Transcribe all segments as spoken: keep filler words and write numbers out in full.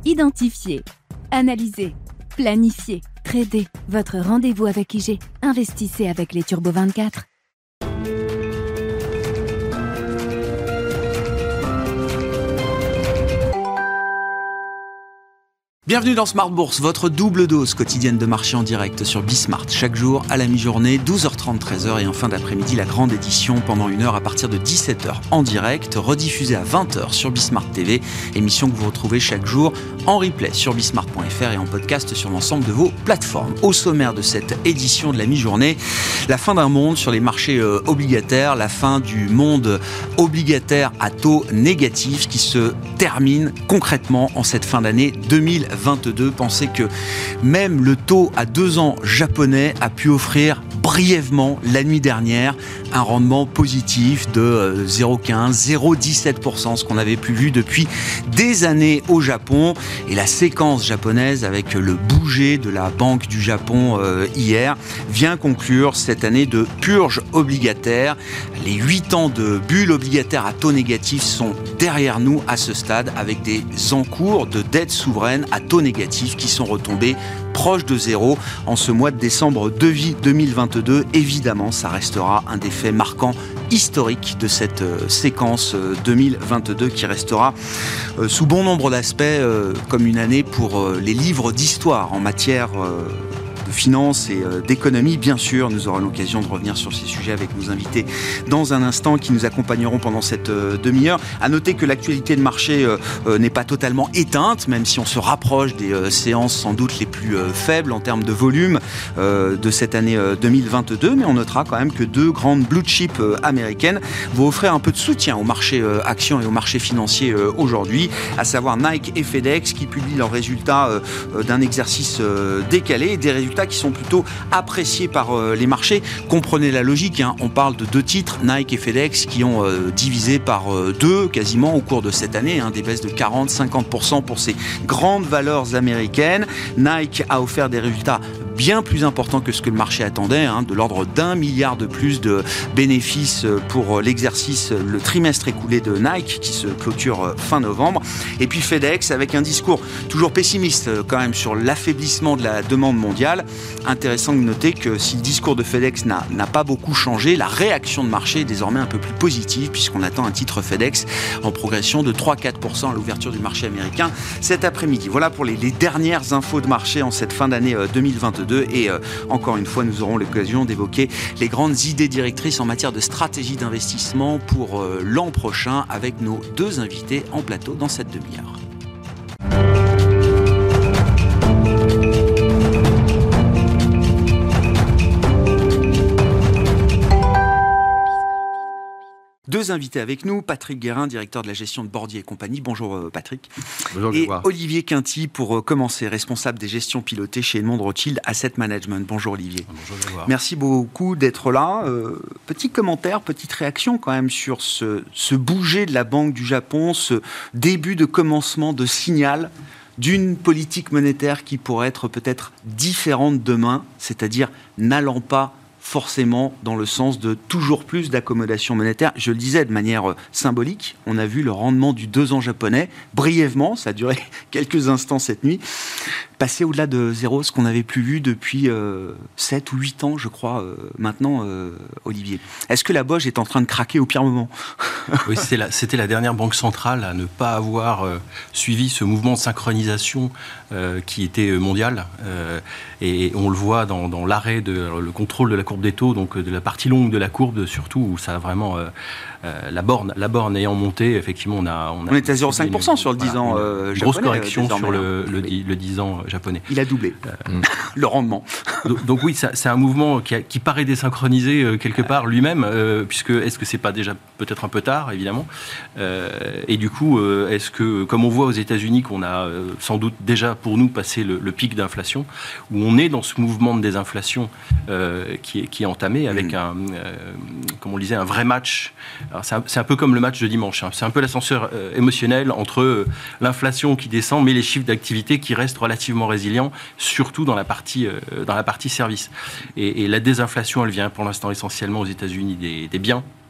Identifier, analyser, planifier, trader. Votre rendez-vous avec I G. Investissez avec les Turbo vingt-quatre. Bienvenue dans Smart Bourse, votre double dose quotidienne de marché en direct sur Bismart. Chaque jour à la mi-journée, douze heures trente, treize heures et en fin d'après-midi, la grande édition pendant une heure à partir de dix-sept heures en direct, rediffusée à vingt heures sur Bismart T V. Émission que vous retrouvez chaque jour en replay sur bismart point f r et en podcast sur l'ensemble de vos plateformes. Au sommaire de cette édition de la mi-journée, la fin d'un monde sur les marchés euh, obligataires, la fin du monde obligataire à taux négatif qui se termine concrètement en cette fin d'année deux mille vingt-deux. Pensez que même le taux à deux ans japonais a pu offrir brièvement la nuit dernière un rendement positif de zéro virgule quinze, zéro virgule dix-sept pour cent, ce qu'on n'avait plus vu depuis des années au Japon. Et la séquence japonaise avec le bouger de la Banque du Japon euh, hier vient conclure cette année de purge obligataire. Les huit ans de bulle obligataire à taux négatif sont derrière nous à ce stade, avec des encours de dette souveraine à taux négatif qui sont retombés proche de zéro en ce mois de décembre deux mille vingt-deux. Évidemment, ça restera un des faits marquants historiques de cette euh, séquence euh, deux mille vingt-deux qui restera euh, sous bon nombre d'aspects euh, comme une année pour euh, les livres d'histoire en matière euh, de finances et euh, d'économie. Bien sûr, nous aurons l'occasion de revenir sur ces sujets avec nos invités dans un instant qui nous accompagneront pendant cette euh, demi-heure. À noter que l'actualité de marché euh, euh, n'est pas totalement éteinte, même si on se rapproche des euh, séances sans doute les plus euh, faibles en termes de volume euh, de cette année euh, deux mille vingt-deux, mais on notera quand même que deux grandes blue chips euh, américaines vont offrir un peu de soutien au marché euh, actions et au marché financier euh, aujourd'hui, à savoir Nike et FedEx qui publient leurs résultats euh, euh, d'un exercice euh, décalé, des résultats qui sont plutôt appréciés par euh, les marchés. Comprenez la logique, hein, on parle de deux titres, Nike et FedEx, qui ont euh, divisé par euh, deux quasiment au cours de cette année, hein, des baisses de quarante à cinquante pour cent pour ces grandes valeurs américaines. Nike a offert des résultats bien plus importants que ce que le marché attendait, hein, de l'ordre d'un milliard de plus de bénéfices pour l'exercice, le trimestre écoulé de Nike qui se clôture fin novembre. Et puis FedEx avec un discours toujours pessimiste quand même sur l'affaiblissement de la demande mondiale. Intéressant de noter que si le discours de FedEx n'a, n'a pas beaucoup changé, la réaction de marché est désormais un peu plus positive puisqu'on attend un titre FedEx en progression de trois à quatre pour cent à l'ouverture du marché américain cet après-midi. Voilà pour les, les dernières infos de marché en cette fin d'année deux mille vingt-deux. Et euh, encore une fois, nous aurons l'occasion d'évoquer les grandes idées directrices en matière de stratégie d'investissement pour euh, l'an prochain avec nos deux invités en plateau dans cette demi-heure. Deux invités avec nous, Patrick Guérin, directeur de la gestion de Bordier et compagnie. Bonjour Patrick. Bonjour. Et Olivier Quinty, pour commencer, responsable des gestions pilotées chez Edmond de Rothschild Asset Management. Bonjour Olivier. Bonjour Grégoire. Merci beaucoup d'être là. Euh, petit commentaire, petite réaction quand même sur ce, ce bouger de la Banque du Japon, ce début de commencement de signal d'une politique monétaire qui pourrait être peut-être différente demain, c'est-à-dire n'allant pas forcément dans le sens de toujours plus d'accommodation monétaire. Je le disais de manière symbolique, on a vu le rendement du deux ans japonais, brièvement, ça a duré quelques instants cette nuit, passer au-delà de zéro, ce qu'on n'avait plus vu depuis euh, sept ou huit ans, je crois, euh, maintenant, euh, Olivier. Est-ce que la Boge est en train de craquer au pire moment ? Oui, c'était la, c'était la dernière banque centrale à ne pas avoir euh, suivi ce mouvement de synchronisation euh, qui était mondial. Euh, et on le voit dans, dans l'arrêt, de, le contrôle de la courbe des taux, donc de la partie longue de la courbe, surtout, où ça a vraiment... Euh, Euh, la borne, la borne ayant monté, effectivement, on a... On, a on est à zéro virgule cinq pour cent sur le dix voilà, ans euh, japonais. Grosse correction euh, sur le, le, oui. le dix ans japonais. Il a doublé euh, le rendement. donc, donc oui, ça, c'est un mouvement qui, a, qui paraît désynchronisé euh, quelque part lui-même, euh, puisque est-ce que c'est pas déjà peut-être un peu tard, évidemment euh, et du coup, euh, est-ce que, comme on voit aux États-Unis, qu'on a euh, sans doute déjà pour nous passé le, le pic d'inflation, où on est dans ce mouvement de désinflation euh, qui, est, qui est entamé avec mmh. un, euh, comme on le disait, un vrai match. Alors, c'est, un, c'est un peu comme le match de dimanche. Hein. C'est un peu l'ascenseur euh, émotionnel entre euh, l'inflation qui descend, mais les chiffres d'activité qui restent relativement résilients, surtout dans la partie, euh, dans la partie service. Et, et la désinflation, elle vient pour l'instant essentiellement aux États-Unis des, des biens.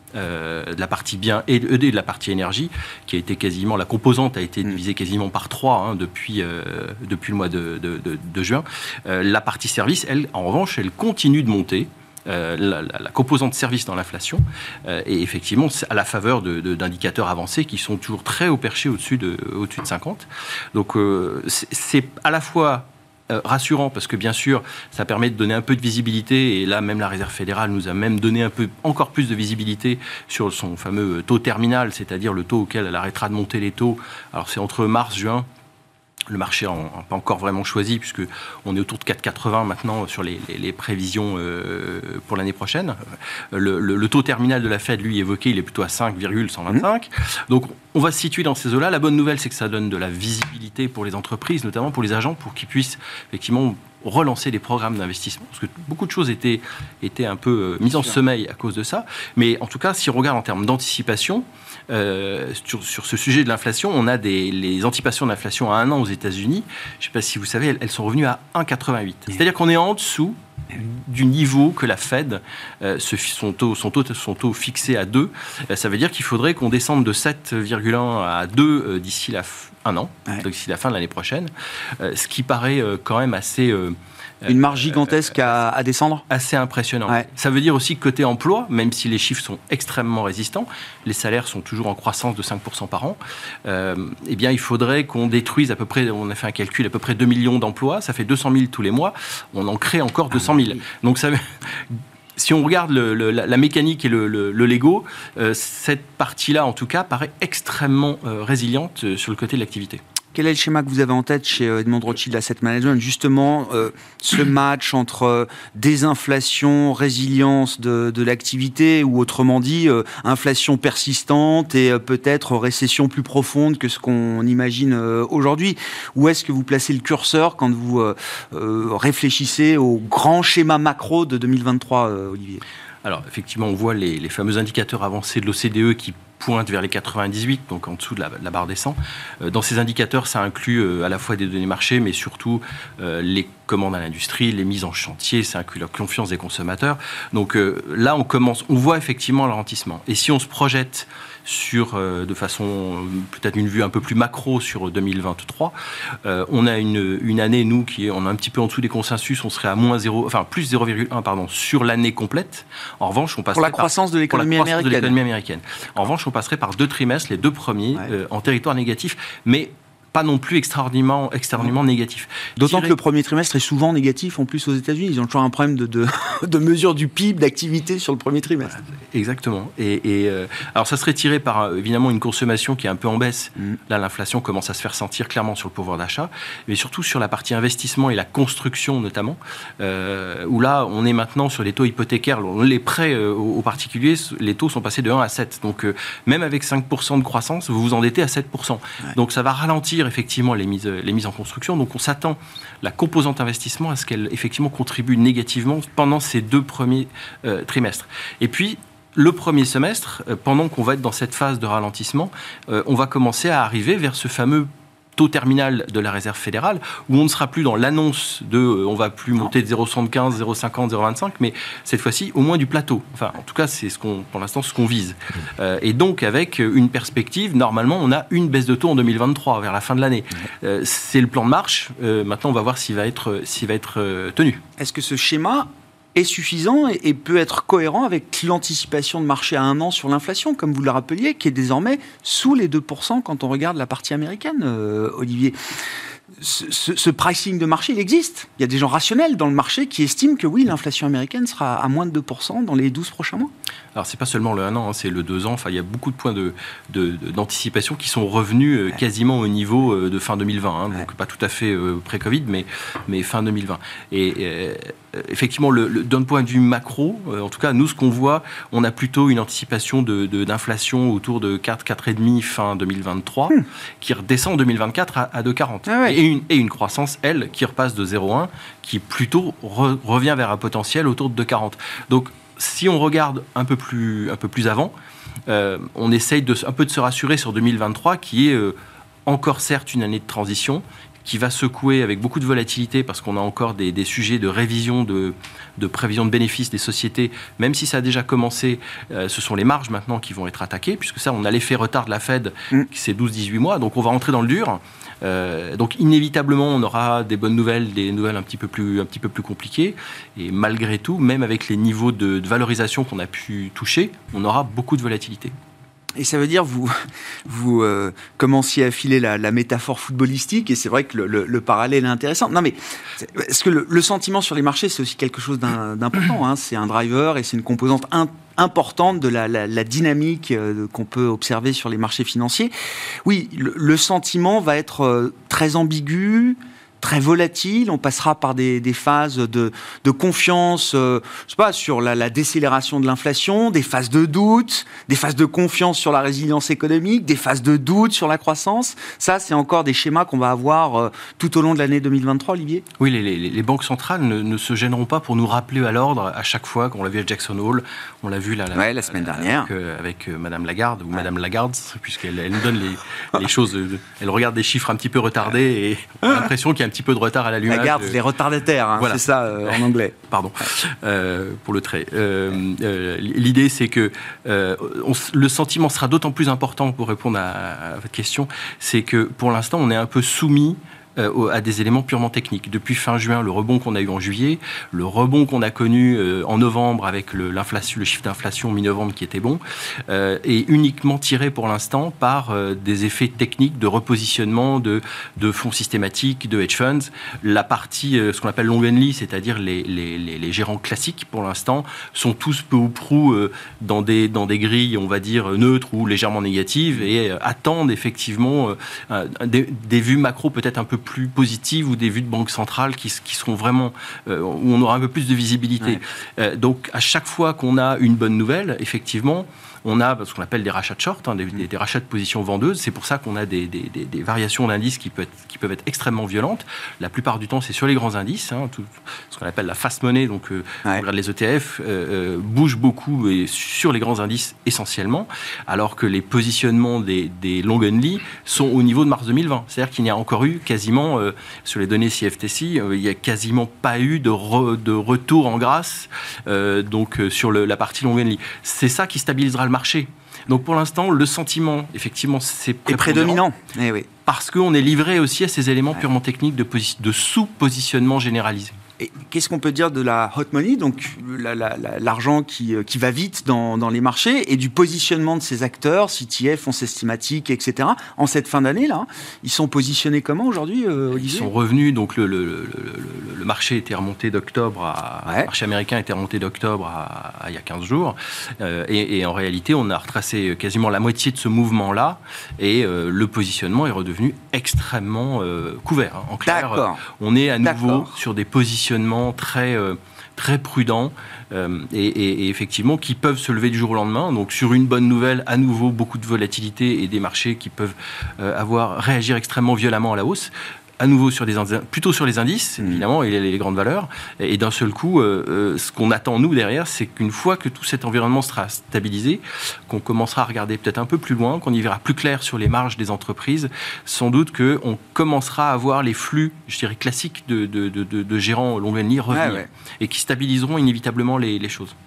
euh, de la partie biens et de, de la partie énergie, qui a été quasiment, la composante a été divisée quasiment par trois hein, depuis, euh, depuis le mois de, de, de, de juin. Euh, la partie service, elle, en revanche, elle continue de monter. Euh, la, la, la composante service dans l'inflation euh, et effectivement à la faveur de, de, d'indicateurs avancés qui sont toujours très haut perchés au-dessus de, au-dessus de cinquante. Donc euh, c'est, c'est à la fois euh, rassurant parce que bien sûr ça permet de donner un peu de visibilité et là même la Réserve fédérale nous a même donné un peu encore plus de visibilité sur son fameux taux terminal, c'est-à-dire le taux auquel elle arrêtera de monter les taux. Alors c'est entre mars, juin. Le marché n'a pas encore vraiment choisi, puisqu'on est autour de quatre virgule quatre-vingts maintenant sur les, les, les prévisions euh, pour l'année prochaine. Le, le, le taux terminal de la Fed, lui, évoqué, il est plutôt à cinq virgule cent vingt-cinq. Mmh. Donc, on va se situer dans ces eaux-là. La bonne nouvelle, c'est que ça donne de la visibilité pour les entreprises, notamment pour les agents, pour qu'ils puissent effectivement relancer des programmes d'investissement, parce que beaucoup de choses étaient, étaient un peu mises en sommeil à cause de ça. Mais en tout cas, si on regarde en termes d'anticipation, euh, sur, sur ce sujet de l'inflation, on a des, les anticipations d'inflation à un an aux États-Unis. Je ne sais pas si vous savez, elles, elles sont revenues à un virgule quatre-vingt-huit. C'est-à-dire qu'on est en dessous du niveau que la Fed, euh, son, taux, son, taux, son taux fixé à deux. Euh, ça veut dire qu'il faudrait qu'on descende de sept virgule un à deux euh, d'ici la, un an, ouais. donc d'ici la fin de l'année prochaine. Euh, ce qui paraît euh, quand même assez... Euh, Une marge gigantesque euh, à, à descendre. Assez impressionnant. Ouais. Ça veut dire aussi que côté emploi, même si les chiffres sont extrêmement résistants, les salaires sont toujours en croissance de cinq pour cent par an, euh, eh bien, il faudrait qu'on détruise à peu près, on a fait un calcul, à peu près deux millions d'emplois, ça fait deux cent mille tous les mois, on en crée encore deux cent mille. Ah, oui. Donc ça si on regarde le, le, la, la mécanique et le, le, le Lego, euh, cette partie-là, en tout cas, paraît extrêmement euh, résiliente euh, sur le côté de l'activité. Quel est le schéma que vous avez en tête chez Edmond Rothschild Asset Management ? Justement, euh, ce match entre euh, désinflation, résilience de, de l'activité, ou autrement dit, euh, inflation persistante et euh, peut-être récession plus profonde que ce qu'on imagine euh, aujourd'hui. Où est-ce que vous placez le curseur quand vous euh, euh, réfléchissez au grand schéma macro de deux mille vingt-trois, euh, Olivier ? Alors, effectivement, on voit les, les fameux indicateurs avancés de l'O C D E qui pointe vers les quatre-vingt-dix-huit, donc en dessous de la, la barre des cent. Euh, dans ces indicateurs, ça inclut euh, à la fois des données marché, mais surtout euh, les commandes à l'industrie, les mises en chantier, ça inclut la confiance des consommateurs. Donc euh, là, on commence, on voit effectivement le ralentissement. Et si on se projette sur, euh, de façon, euh, peut-être une vue un peu plus macro sur deux mille vingt-trois, euh, on a une, une année, nous, qui est on est un petit peu en dessous des consensus, on serait à moins zéro, enfin plus zéro virgule un pardon, sur l'année complète. En revanche, on passerait pour la croissance par, de l'économie pour la croissance américaine. De l'économie américaine. En revanche, on passerait par deux trimestres, les deux premiers, ouais. euh, en territoire négatif, mais pas non plus extraordinairement, extraordinairement négatif. D'autant dirais... que le premier trimestre est souvent négatif, en plus aux États-Unis. Ils ont toujours un problème de, de, de mesure du P I B, d'activité sur le premier trimestre. Voilà, exactement. Et, et euh, alors ça serait tiré par évidemment une consommation qui est un peu en baisse. Mmh. Là, l'inflation commence à se faire sentir clairement sur le pouvoir d'achat, mais surtout sur la partie investissement et la construction notamment, euh, où là, on est maintenant sur les taux hypothécaires. Les prêts euh, aux particuliers, les taux sont passés de un à sept. Donc euh, même avec cinq pour cent de croissance, vous vous endettez à sept pour cent. Ouais. Donc ça va ralentir effectivement les mises, les mises en construction. Donc on s'attend, la composante investissement, à ce qu'elle effectivement contribue négativement pendant ces deux premiers euh, trimestres. Et puis, le premier semestre, euh, pendant qu'on va être dans cette phase de ralentissement, euh, on va commencer à arriver vers ce fameux taux terminal de la Réserve fédérale, où on ne sera plus dans l'annonce de euh, on va plus monter de zéro virgule soixante-quinze, zéro virgule cinquante, zéro virgule vingt-cinq, mais cette fois-ci au moins du plateau. Enfin, en tout cas, c'est ce qu'on, pour l'instant ce qu'on vise. Euh, et donc, avec une perspective, normalement, on a une baisse de taux en deux mille vingt-trois, vers la fin de l'année. Euh, c'est le plan de marche. Euh, maintenant, on va voir s'il va être, s'il va être euh, tenu. Est-ce que ce schéma est suffisant et peut être cohérent avec l'anticipation de marché à un an sur l'inflation, comme vous le rappeliez, qui est désormais sous les deux pour cent quand on regarde la partie américaine, euh, Olivier. Ce, ce, ce pricing de marché, il existe. Il y a des gens rationnels dans le marché qui estiment que oui, l'inflation américaine sera à moins de deux pour cent dans les douze prochains mois. Alors, c'est pas seulement le un an, hein, c'est le deux ans. Enfin, il y a beaucoup de points de, de, de, d'anticipation qui sont revenus euh, ouais. quasiment au niveau euh, de fin deux mille vingt. Hein, ouais. Donc, pas tout à fait euh, pré-Covid, mais, mais fin deux mille vingt. Et euh, effectivement, le, le, d'un point de vue macro, euh, en tout cas, nous, ce qu'on voit, on a plutôt une anticipation de, de, d'inflation autour de quatre, quatre virgule cinq fin deux mille vingt-trois, hmm. qui redescend en deux mille vingt-quatre à, à deux virgule quarante. Ah ouais. et, une, et une croissance, elle, qui repasse de zéro virgule un, qui plutôt re, revient vers un potentiel autour de deux virgule quarante. Donc, si on regarde un peu plus, un peu plus avant, euh, on essaye de, un peu de se rassurer sur deux mille vingt-trois, qui est euh, encore certes une année de transition, qui va secouer avec beaucoup de volatilité parce qu'on a encore des, des sujets de révision de, de prévision de bénéfices des sociétés, même si ça a déjà commencé, euh, ce sont les marges maintenant qui vont être attaquées, puisque ça, on a l'effet retard de la Fed, mmh. c'est douze à dix-huit mois, donc on va rentrer dans le dur. Euh, donc inévitablement, on aura des bonnes nouvelles, des nouvelles un petit peu plus, un petit peu plus compliquées. Et malgré tout, même avec les niveaux de, de valorisation qu'on a pu toucher, on aura beaucoup de volatilité. Et ça veut dire, vous, vous euh, commenciez à filer la, la métaphore footballistique, et c'est vrai que le, le, le parallèle est intéressant. Non mais, est-ce que le, le sentiment sur les marchés, c'est aussi quelque chose d'un, d'important, hein, c'est un driver et c'est une composante in, importante de la, la, la dynamique euh, qu'on peut observer sur les marchés financiers. Oui, le, le sentiment va être euh, très ambigu, très volatile, on passera par des, des phases de, de confiance, euh, je sais pas, sur la, la décélération de l'inflation, des phases de doute, des phases de confiance sur la résilience économique, des phases de doute sur la croissance. Ça, c'est encore des schémas qu'on va avoir euh, tout au long de l'année deux mille vingt-trois, Olivier ? Oui, les, les, les banques centrales ne, ne se gêneront pas pour nous rappeler à l'ordre à chaque fois qu'on l'a vu à Jackson Hole, on l'a vu là, la, ouais, la semaine dernière avec, euh, avec euh, Madame Lagarde ou ouais. Madame Lagarde, puisqu'elle elle nous donne les, les choses, euh, elle regarde des chiffres un petit peu retardés et on a l'impression qu'il y a un petit peu de retard à l'allumage. Lagarde, les retardataires, hein, voilà. C'est ça euh, en anglais. Pardon, euh, pour le trait. Euh, euh, l'idée, c'est que euh, on, le sentiment sera d'autant plus important pour répondre à, à votre question, c'est que pour l'instant, on est un peu soumis à des éléments purement techniques. Depuis fin juin, le rebond qu'on a eu en juillet, le rebond qu'on a connu en novembre avec le, l'inflation, le chiffre d'inflation mi-novembre qui était bon, euh, est uniquement tiré pour l'instant par euh, des effets techniques de repositionnement de, de fonds systématiques, de hedge funds. La partie, euh, ce qu'on appelle long only, c'est-à-dire les, les, les, les gérants classiques pour l'instant, sont tous peu ou prou euh, dans, des, dans des grilles, on va dire, neutres ou légèrement négatives et euh, attendent effectivement euh, des, des vues macro peut-être un peu plus plus positives ou des vues de banque centrale qui, qui seront vraiment, euh, où on aura un peu plus de visibilité. Ouais. Euh, donc, à chaque fois qu'on a une bonne nouvelle, effectivement, on a ce qu'on appelle des rachats de short, hein, des, des, des rachats de positions vendeuses. C'est pour ça qu'on a des, des, des, des variations d'indices qui, peut être, qui peuvent être extrêmement violentes. La plupart du temps, c'est sur les grands indices. Hein, tout, ce qu'on appelle la fast money, donc euh, ouais. on regarde les E T F, euh, euh, bougent beaucoup et sur les grands indices essentiellement, alors que les positionnements des, des long only sont au niveau de mars deux mille vingt. C'est-à-dire qu'il n'y a encore eu quasiment, euh, sur les données C F T C, euh, il n'y a quasiment pas eu de, re, de retour en grâce euh, donc, euh, sur le, la partie long only. C'est ça qui stabilisera le marché. Donc pour l'instant, le sentiment, effectivement, c'est prédominant. Eh oui. Parce qu'on est livré aussi à ces éléments ouais. purement techniques de, posi- de sous-positionnement généralisé. Et qu'est-ce qu'on peut dire de la hot money, donc la, la, la, l'argent qui, qui va vite dans, dans les marchés, et du positionnement de ces acteurs, C T F, fonds systématiques, et cetera. En cette fin d'année, là, ils sont positionnés comment aujourd'hui, euh, Olivier ? Ils sont revenus, donc le, le, le, le, le marché était remonté d'octobre, à, ouais. le marché américain était remonté d'octobre à, à il y a quinze jours, euh, et, et en réalité, on a retracé quasiment la moitié de ce mouvement-là, et euh, le positionnement est redevenu extrêmement euh, couvert. Hein. En clair, euh, on est à nouveau D'accord. sur des positionnements très, euh, très prudents euh, et, et, et effectivement qui peuvent se lever du jour au lendemain. Donc sur une bonne nouvelle, à nouveau beaucoup de volatilité et des marchés qui peuvent euh, avoir, réagir extrêmement violemment à la hausse. À nouveau sur des indices, plutôt sur les indices, mmh. évidemment, et les, les grandes valeurs. Et, et d'un seul coup, euh, euh, ce qu'on attend, nous, derrière, c'est qu'une fois que tout cet environnement sera stabilisé, qu'on commencera à regarder peut-être un peu plus loin, qu'on y verra plus clair sur les marges des entreprises, sans doute qu'on commencera à voir les flux, je dirais, classiques de, de, de, de, de gérants long only revenir, ouais, ouais. et qui stabiliseront inévitablement les, les choses.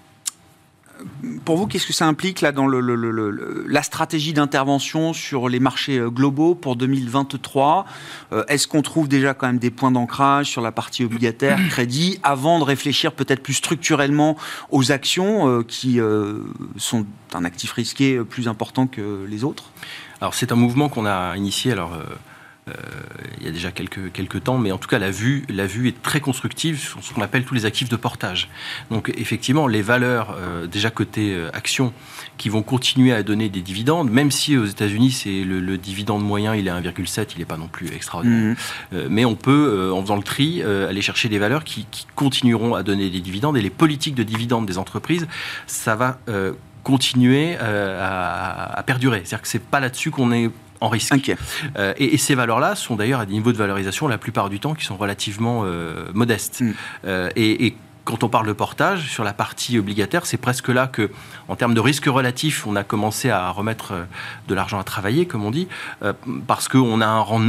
Pour vous, qu'est-ce que ça implique là, dans le, le, le, le, la stratégie d'intervention sur les marchés globaux pour deux mille vingt-trois ? euh, Est-ce qu'on trouve déjà quand même des points d'ancrage sur la partie obligataire, crédit, avant de réfléchir peut-être plus structurellement aux actions euh, qui euh, sont un actif risqué plus important que les autres ? Alors c'est un mouvement qu'on a initié. Alors, euh... Euh, il y a déjà quelques, quelques temps, mais en tout cas la vue, la vue est très constructive sur ce qu'on appelle tous les actifs de portage. Donc effectivement, les valeurs euh, déjà côté euh, actions qui vont continuer à donner des dividendes, même si aux États-Unis c'est le, le dividende moyen, il est à un virgule sept, il n'est pas non plus extraordinaire. Mmh. Euh, mais on peut, euh, en faisant le tri, euh, aller chercher des valeurs qui, qui continueront à donner des dividendes, et les politiques de dividendes des entreprises, ça va euh, continuer euh, à, à perdurer. C'est-à-dire que c'est pas là-dessus qu'on est en risque. Okay. Euh, et, et ces valeurs-là sont d'ailleurs à des niveaux de valorisation la plupart du temps qui sont relativement euh, modestes. Mm. Euh, et, et quand on parle de portage, sur la partie obligataire, c'est presque là que, en termes de risque relatif, on a commencé à remettre de l'argent à travailler, comme on dit, euh, parce qu'on a un rendement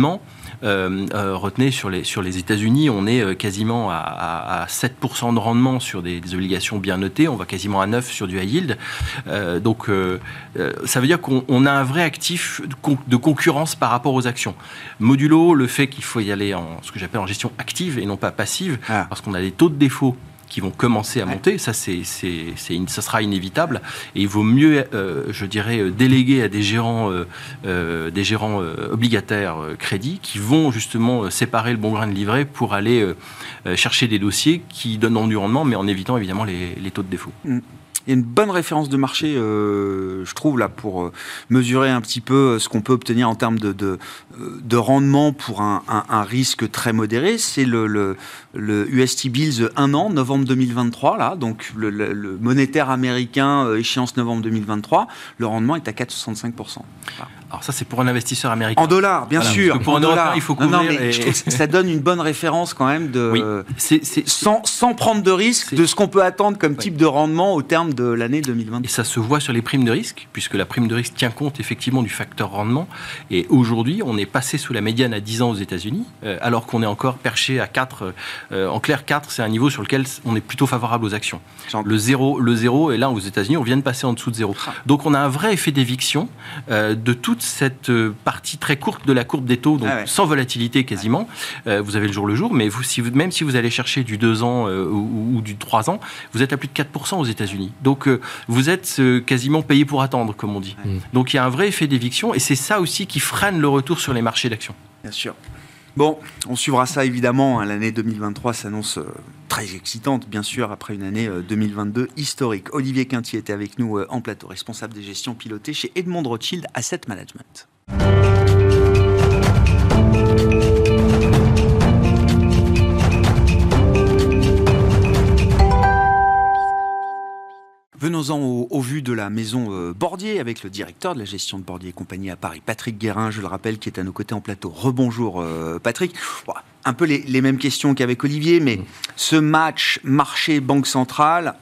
Euh, euh, retenez, sur les, sur les États-Unis, on est quasiment à, à, à sept pour cent de rendement sur des, des obligations bien notées, on va quasiment à neuf sur du high yield. Euh, donc, euh, ça veut dire qu'on on a un vrai actif de, con, de concurrence par rapport aux actions. Modulo, le fait qu'il faut y aller en ce que j'appelle en gestion active et non pas passive, ah. parce qu'on a des taux de défaut qui vont commencer à monter, ça, c'est, c'est, c'est une, ça sera inévitable. Et il vaut mieux, euh, je dirais, déléguer à des gérants, euh, euh, des gérants euh, obligataires euh, crédit qui vont justement séparer le bon grain de livret pour aller euh, chercher des dossiers qui donnent du rendement, mais en évitant évidemment les, les taux de défaut. Mmh. Il y a une bonne référence de marché, euh, je trouve, là, pour euh, mesurer un petit peu ce qu'on peut obtenir en termes de, de, de rendement pour un, un, un risque très modéré. C'est le, le, le U S T Bills un an, novembre deux mille vingt-trois, là, donc le, le, le monétaire américain, euh, échéance novembre deux mille vingt-trois, le rendement est à quatre virgule soixante-cinq pour cent. Voilà. Alors ça, c'est pour un investisseur américain. En dollars, bien voilà, sûr. Parce que pour en un dollars, Européen, il faut couvrir. Non, non, mais et... je trouve que ça donne une bonne référence quand même de, oui, c'est, c'est... Sans, sans prendre de risque c'est... de ce qu'on peut attendre comme oui. type de rendement au terme de l'année deux mille vingt. Et ça se voit sur les primes de risque, puisque la prime de risque tient compte effectivement du facteur rendement. Et aujourd'hui, on est passé sous la médiane à dix ans aux États-Unis, euh, alors qu'on est encore perché à quatre. Euh, en clair, quatre, c'est un niveau sur lequel on est plutôt favorable aux actions. Genre... Le zéro, le zéro, et là, aux États-Unis, on vient de passer en dessous de zéro. Ah. Donc, on a un vrai effet d'éviction euh, de toute cette euh, partie très courte de la courbe des taux, donc ah ouais. sans volatilité quasiment. Euh, vous avez le jour le jour, mais vous, si vous, même si vous allez chercher du deux ans euh, ou, ou du trois ans, vous êtes à plus de quatre pour cent aux États-Unis. Donc, euh, vous êtes euh, quasiment payé pour attendre, comme on dit. Mmh. Donc, il y a un vrai effet d'éviction, et c'est ça aussi qui freine le retour sur les marchés d'actions. Bien sûr. Bon, on suivra ça évidemment. Hein, l'année deux mille vingt-trois s'annonce euh, très excitante, bien sûr, après une année euh, deux mille vingt-deux historique. Olivier Quintier était avec nous euh, en plateau, responsable des gestions pilotées chez Edmond Rothschild Asset Management. Venons-en au, au vu de la maison euh, Bordier avec le directeur de la gestion de Bordier et compagnie à Paris, Patrick Guérin, je le rappelle, qui est à nos côtés en plateau. Rebonjour euh, Patrick. Bon, un peu les, les mêmes questions qu'avec Olivier, mais mmh. ce match marché-banque centrale,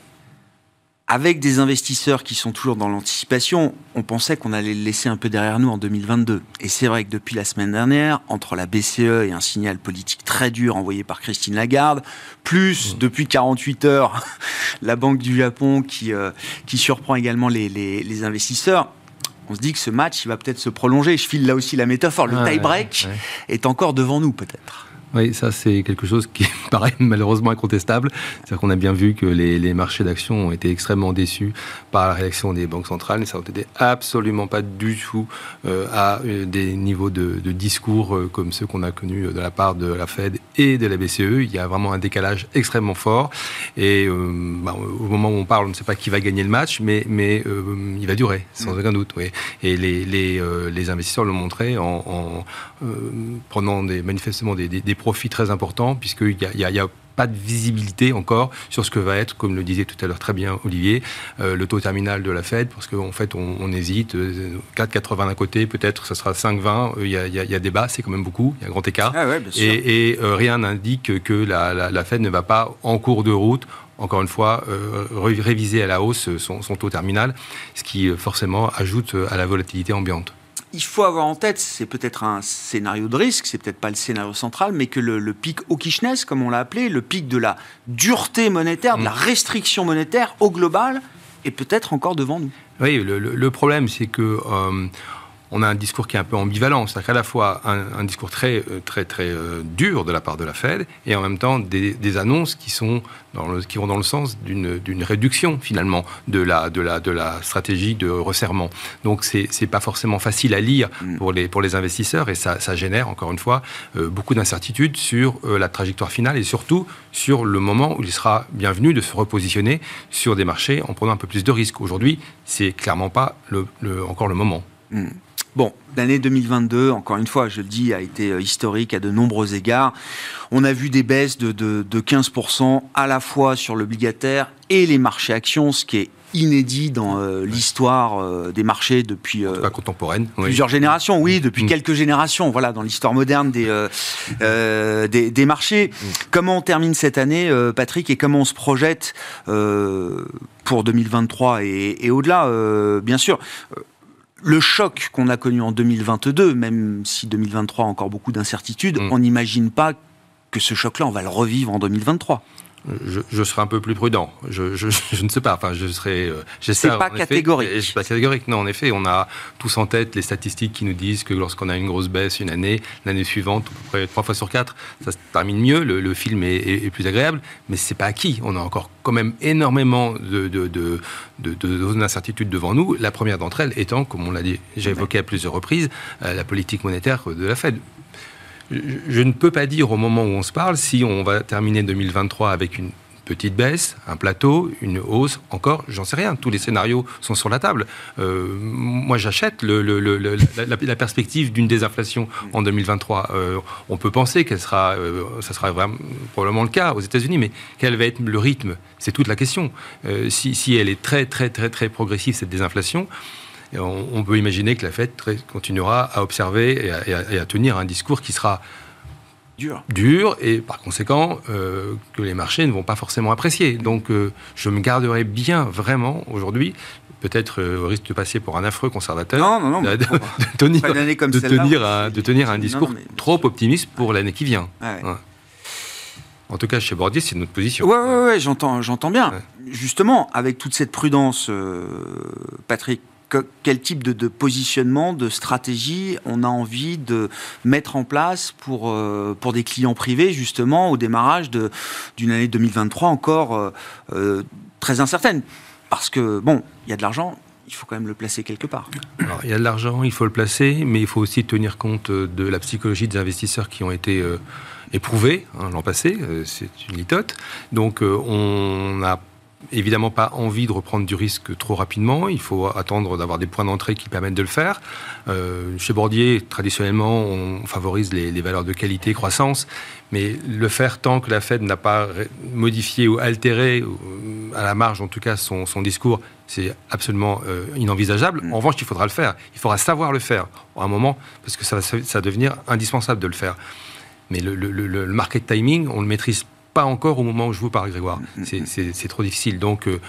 avec des investisseurs qui sont toujours dans l'anticipation, on pensait qu'on allait le laisser un peu derrière nous en deux mille vingt-deux. Et c'est vrai que depuis la semaine dernière, entre la B C E et un signal politique très dur envoyé par Christine Lagarde, plus mmh. depuis quarante-huit heures, la Banque du Japon qui, euh, qui surprend également les, les, les investisseurs, on se dit que ce match il va peut-être se prolonger. Je file là aussi la métaphore. Le ah, tie-break ouais, ouais. est encore devant nous peut-être. Oui, ça c'est quelque chose qui paraît malheureusement incontestable. C'est-à-dire qu'on a bien vu que les, les marchés d'actions ont été extrêmement déçus par la réaction des banques centrales et ça n'a été absolument pas du tout euh, à euh, des niveaux de, de discours euh, comme ceux qu'on a connus de la part de la Fed et de la B C E. Il y a vraiment un décalage extrêmement fort et euh, bah, au moment où on parle, on ne sait pas qui va gagner le match, mais, mais euh, il va durer, sans aucun doute. Oui. Et les, les, euh, les investisseurs l'ont montré en, en euh, prenant des, manifestement des, des, des profit très important, puisqu'il n'y a, a, a pas de visibilité encore sur ce que va être, comme le disait tout à l'heure très bien Olivier, euh, le taux terminal de la Fed, parce qu'en fait, on, on hésite. Euh, quatre virgule quatre-vingts d'un côté, peut-être ça sera cinq virgule vingt. Il euh, y, y, y a débat, c'est quand même beaucoup, il y a un grand écart. Ah ouais, bien sûr. Et, et euh, rien n'indique que la, la, la Fed ne va pas, en cours de route, encore une fois, euh, réviser à la hausse son, son taux terminal, ce qui euh, forcément ajoute à la volatilité ambiante. Il faut avoir en tête, c'est peut-être un scénario de risque, c'est peut-être pas le scénario central, mais que le, le pic hawkishness, comme on l'a appelé, le pic de la dureté monétaire, de la restriction monétaire au global, est peut-être encore devant nous. Oui, le, le, le problème, c'est que euh, on a un discours qui est un peu ambivalent, c'est-à-dire qu'à la fois un, un discours très, très, très euh, dur de la part de la Fed, et en même temps des, des annonces qui sont dans le, qui vont dans le sens d'une, d'une réduction finalement de la, de la, de la stratégie de resserrement. Donc c'est, c'est pas forcément facile à lire pour les, pour les investisseurs, et ça, ça génère encore une fois euh, beaucoup d'incertitudes sur euh, la trajectoire finale et surtout sur le moment où il sera bienvenu de se repositionner sur des marchés en prenant un peu plus de risques. Aujourd'hui, c'est clairement pas le, le, encore le moment. Mmh. Bon, l'année deux mille vingt-deux, encore une fois, je le dis, a été historique à de nombreux égards. On a vu des baisses de, de, de quinze pour cent à la fois sur l'obligataire et les marchés actions, ce qui est inédit dans euh, l'histoire euh, des marchés depuis euh, contemporaine, plusieurs oui. générations, oui, depuis mmh. quelques générations, voilà, dans l'histoire moderne des, euh, euh, des, des marchés. Mmh. Comment on termine cette année, euh, Patrick, et comment on se projette euh, pour deux mille vingt-trois et, et au-delà, euh, bien sûr. le choc qu'on a connu en deux mille vingt-deux, même si deux mille vingt-trois a encore beaucoup d'incertitudes, mmh. on n'imagine pas que ce choc-là, on va le revivre en deux mille vingt-trois. Je, je serai un peu plus prudent. Je, je, je ne sais pas. Enfin, je serai. Euh, c'est pas catégorique. Effet, c'est pas catégorique. Non, en effet, on a tous en tête les statistiques qui nous disent que lorsqu'on a une grosse baisse une année, l'année suivante, à peu près trois fois sur quatre, ça se termine mieux. Le, le film est, est, est plus agréable, mais c'est pas acquis. On a encore quand même énormément de, de, de, de, de zones d'incertitude devant nous. La première d'entre elles étant, comme on l'a dit, j'ai évoqué à plusieurs reprises, euh, la politique monétaire de la Fed. Je ne peux pas dire au moment où on se parle si on va terminer deux mille vingt-trois avec une petite baisse, un plateau, une hausse, encore, j'en sais rien. Tous les scénarios sont sur la table. Euh, moi, j'achète le, le, le, le, la, la perspective d'une désinflation en deux mille vingt-trois. Euh, on peut penser qu'elle sera, euh, ça sera vraiment, probablement le cas aux États-Unis, mais quel va être le rythme ? C'est toute la question. Euh, si, si elle est très, très, très, très progressive, cette désinflation, on peut imaginer que la Fed continuera à observer et à, et à, et à tenir un discours qui sera dur, dur et par conséquent euh, que les marchés ne vont pas forcément apprécier. Donc euh, je me garderai bien vraiment aujourd'hui, peut-être euh, au risque de passer pour un affreux conservateur, non, non, non, de, de, de tenir, comme de, tenir un, de tenir un discours non, non, mais... trop optimiste pour ouais. l'année qui vient. Ouais. Ouais. En tout cas, chez Bordier, c'est notre position. Oui, ouais, ouais, j'entends, j'entends bien. Ouais. Justement, avec toute cette prudence, euh, Patrick, que, quel type de, de positionnement, de stratégie on a envie de mettre en place pour, euh, pour des clients privés, justement, au démarrage de, d'une année deux mille vingt-trois encore euh, euh, très incertaine ? Parce que, bon, il y a de l'argent, il faut quand même le placer quelque part. Alors, il y a de l'argent, il faut le placer, mais il faut aussi tenir compte de la psychologie des investisseurs qui ont été euh, éprouvés hein, l'an passé. Euh, c'est une litote. Donc, euh, on n'a évidemment pas envie de reprendre du risque trop rapidement. Il faut attendre d'avoir des points d'entrée qui permettent de le faire. Euh, chez Bordier, traditionnellement, on favorise les, les valeurs de qualité, croissance, mais le faire tant que la Fed n'a pas modifié ou altéré, à la marge en tout cas, son, son discours, c'est absolument euh, inenvisageable. En revanche, il faudra le faire. Il faudra savoir le faire à un moment, parce que ça va, ça va devenir indispensable de le faire. Mais le, le, le, le market timing, on le maîtrise pas encore au moment où je vous parle, Grégoire. C'est, c'est, c'est trop difficile. Donc, euh,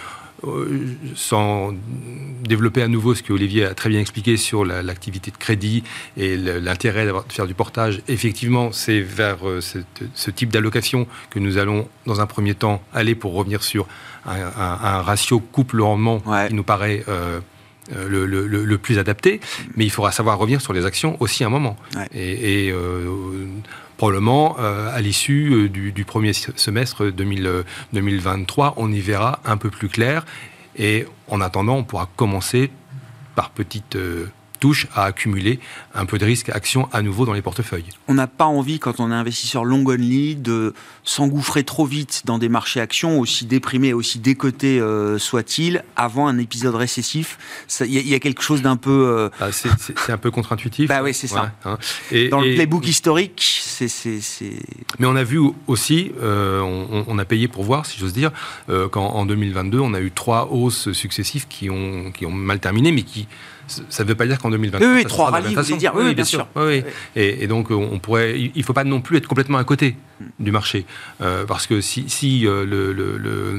sans développer à nouveau ce que Olivier a très bien expliqué sur la, l'activité de crédit et le, l'intérêt de faire du portage, effectivement, c'est vers euh, cette, ce type d'allocation que nous allons, dans un premier temps, aller pour revenir sur un, un, un ratio couple-rendement ouais. qui nous paraît... Euh, Le, le, le plus adapté, mais il faudra savoir revenir sur les actions aussi à un moment. Ouais. Et, et euh, probablement, euh, à l'issue euh, du, du premier semestre deux mille vingt-trois, on y verra un peu plus clair. Et en attendant, on pourra commencer par petites euh, touches à accumuler un peu de risque action à nouveau dans les portefeuilles. On n'a pas envie, quand on est investisseur long only, de s'engouffrer trop vite dans des marchés actions, aussi déprimés, aussi décotés euh, soient-ils, avant un épisode récessif. Il y, y a quelque chose d'un peu... Euh... Ah, c'est, c'est, c'est un peu contre-intuitif. Bah oui, c'est ça. Ouais, hein. Et, dans et, le playbook historique, c'est... c'est, c'est... Mais on a vu aussi, euh, on, on a payé pour voir, si j'ose dire, euh, qu'en en deux mille vingt-deux, on a eu trois hausses successives qui ont, qui ont mal terminé, mais qui... Ça ne veut pas dire qu'en deux mille vingt-trois... Oui, oui, trois rallyes, vous voulez dire. Oui, oui, bien sûr. Oui, oui. Et, et donc, on pourrait... Il ne faut pas non plus être complètement à côté du marché. Euh, parce que si, si euh, le, le, le,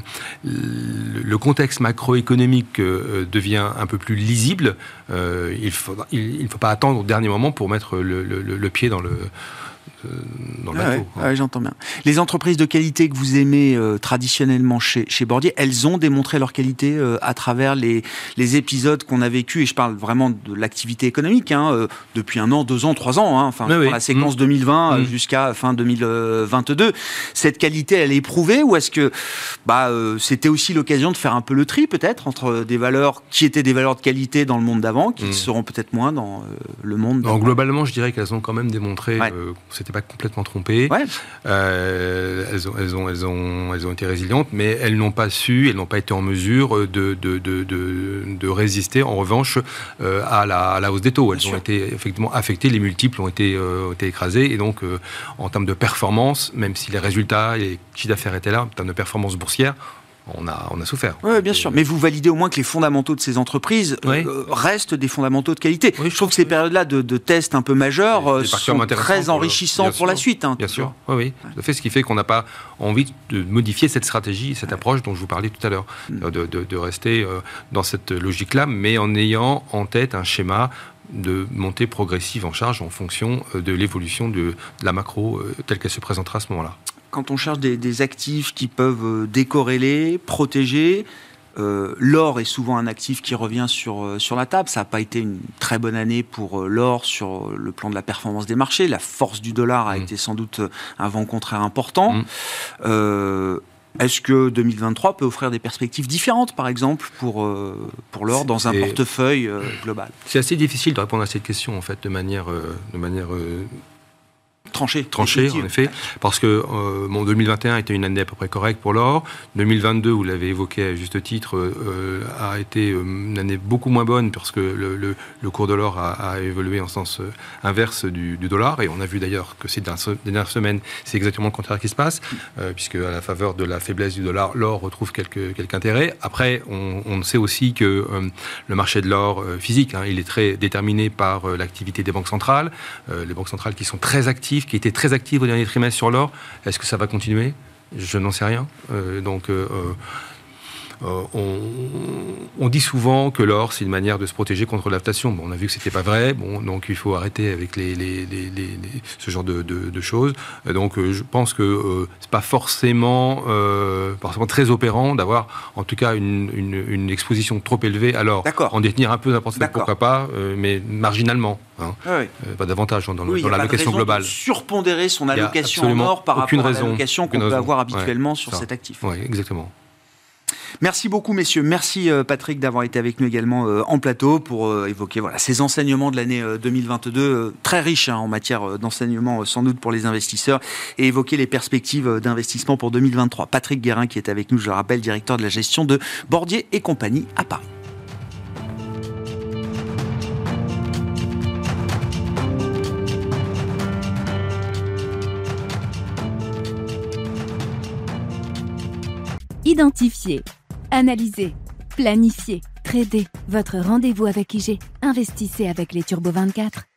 le contexte macroéconomique euh, devient un peu plus lisible, euh, il ne faut, il, il faut pas attendre au dernier moment pour mettre le, le, le pied dans le... dans le ah bateau. Ouais, ouais, j'entends bien. Les entreprises de qualité que vous aimez euh, traditionnellement chez, chez Bordier, elles ont démontré leur qualité euh, à travers les, les épisodes qu'on a vécus, et je parle vraiment de l'activité économique, hein, euh, depuis un an, deux ans, trois ans, hein, enfin, ah oui. la séquence mmh. deux mille vingt mmh. jusqu'à fin deux mille vingt-deux. Cette qualité, elle est éprouvée, ou est-ce que bah, euh, c'était aussi l'occasion de faire un peu le tri, peut-être, entre des valeurs qui étaient des valeurs de qualité dans le monde d'avant, qui mmh. seront peut-être moins dans euh, le monde d'avant. Non, globalement, je dirais qu'elles ont quand même démontré ouais. euh, que c'était pas complètement trompées. Ouais. Euh, elles, ont, elles, ont, elles, ont, elles ont été résilientes, mais elles n'ont pas su, elles n'ont pas été en mesure de, de, de, de, de résister, en revanche, euh, à, la, à la hausse des taux. Elles Bien ont sûr. été effectivement affectées, les multiples ont été, euh, ont été écrasés, et donc, euh, en termes de performance, même si les résultats et les chiffres d'affaires étaient là, en termes de performance boursière, on a, on a souffert. Oui, bien sûr. Mais vous validez au moins que les fondamentaux de ces entreprises oui. euh, restent des fondamentaux de qualité. Oui, je trouve que ces périodes-là de, de tests un peu majeurs euh, sont très enrichissants pour, pour la suite. Hein, bien sûr. Oui, oui. Ouais. Tout à fait. Ce qui fait qu'on n'a pas envie de modifier cette stratégie, cette ouais. approche dont je vous parlais tout à l'heure, mm. de, de, de rester euh, dans cette logique-là, mais en ayant en tête un schéma de montée progressive en charge en fonction de l'évolution de, de la macro euh, telle qu'elle se présentera à ce moment-là. Quand on cherche des, des actifs qui peuvent décorréler, protéger, euh, l'or est souvent un actif qui revient sur, euh, sur la table. Ça n'a pas été une très bonne année pour euh, l'or sur le plan de la performance des marchés. La force du dollar a mmh. été sans doute un vent contraire important. Mmh. Euh, Est-ce que deux mille vingt-trois peut offrir des perspectives différentes, par exemple, pour, euh, pour l'or dans un portefeuille euh, global ? C'est assez difficile de répondre à cette question, en fait, de manière... Euh, de manière euh Tranché. Tranché, en effet, parce que euh, bon, deux mille vingt et un était une année à peu près correcte pour l'or. deux mille vingt-deux, vous l'avez évoqué à juste titre, euh, a été une année beaucoup moins bonne parce que le, le, le cours de l'or a, a évolué en sens inverse du, du dollar. Et on a vu d'ailleurs que ces dernières semaines, c'est exactement le contraire qui se passe, euh, puisque à la faveur de la faiblesse du dollar, l'or retrouve quelque, quelque intérêt. Après, on, on sait aussi que euh, le marché de l'or euh, physique, hein, il est très déterminé par euh, l'activité des banques centrales. Euh, les banques centrales qui sont très actives, qui était très active au dernier trimestre sur l'or. Est-ce que ça va continuer ? Je n'en sais rien. Euh, donc, euh, euh, on, on dit souvent que l'or, c'est une manière de se protéger contre l'inflation. Bon, on a vu que c'était pas vrai. Bon, donc il faut arrêter avec les, les, les, les, les, ce genre de, de, de choses. Donc, euh, je pense que euh, c'est pas forcément, euh, forcément très opérant d'avoir, en tout cas, une, une, une exposition trop élevée. Alors, en détenir un peu n'importe quoi, pourquoi pas, euh, mais marginalement. Hein. Ah oui. euh, pas davantage dans, oui, dans l'allocation globale. De surpondérer son allocation en or par rapport à l'allocation qu'on peut avoir habituellement ouais, sur ça. Cet actif. Oui, exactement. Merci beaucoup, messieurs. Merci, Patrick, d'avoir été avec nous également euh, en plateau pour euh, évoquer voilà, ces enseignements de l'année euh, deux mille vingt-deux, euh, très riches hein, en matière euh, d'enseignement, euh, sans doute pour les investisseurs, et évoquer les perspectives euh, d'investissement pour deux mille vingt-trois. Patrick Guérin, qui est avec nous, je le rappelle, directeur de la gestion de Bordier et compagnie à Paris. Identifier, analyser, planifier, trader. Votre rendez-vous avec I G. Investissez avec les Turbo vingt-quatre.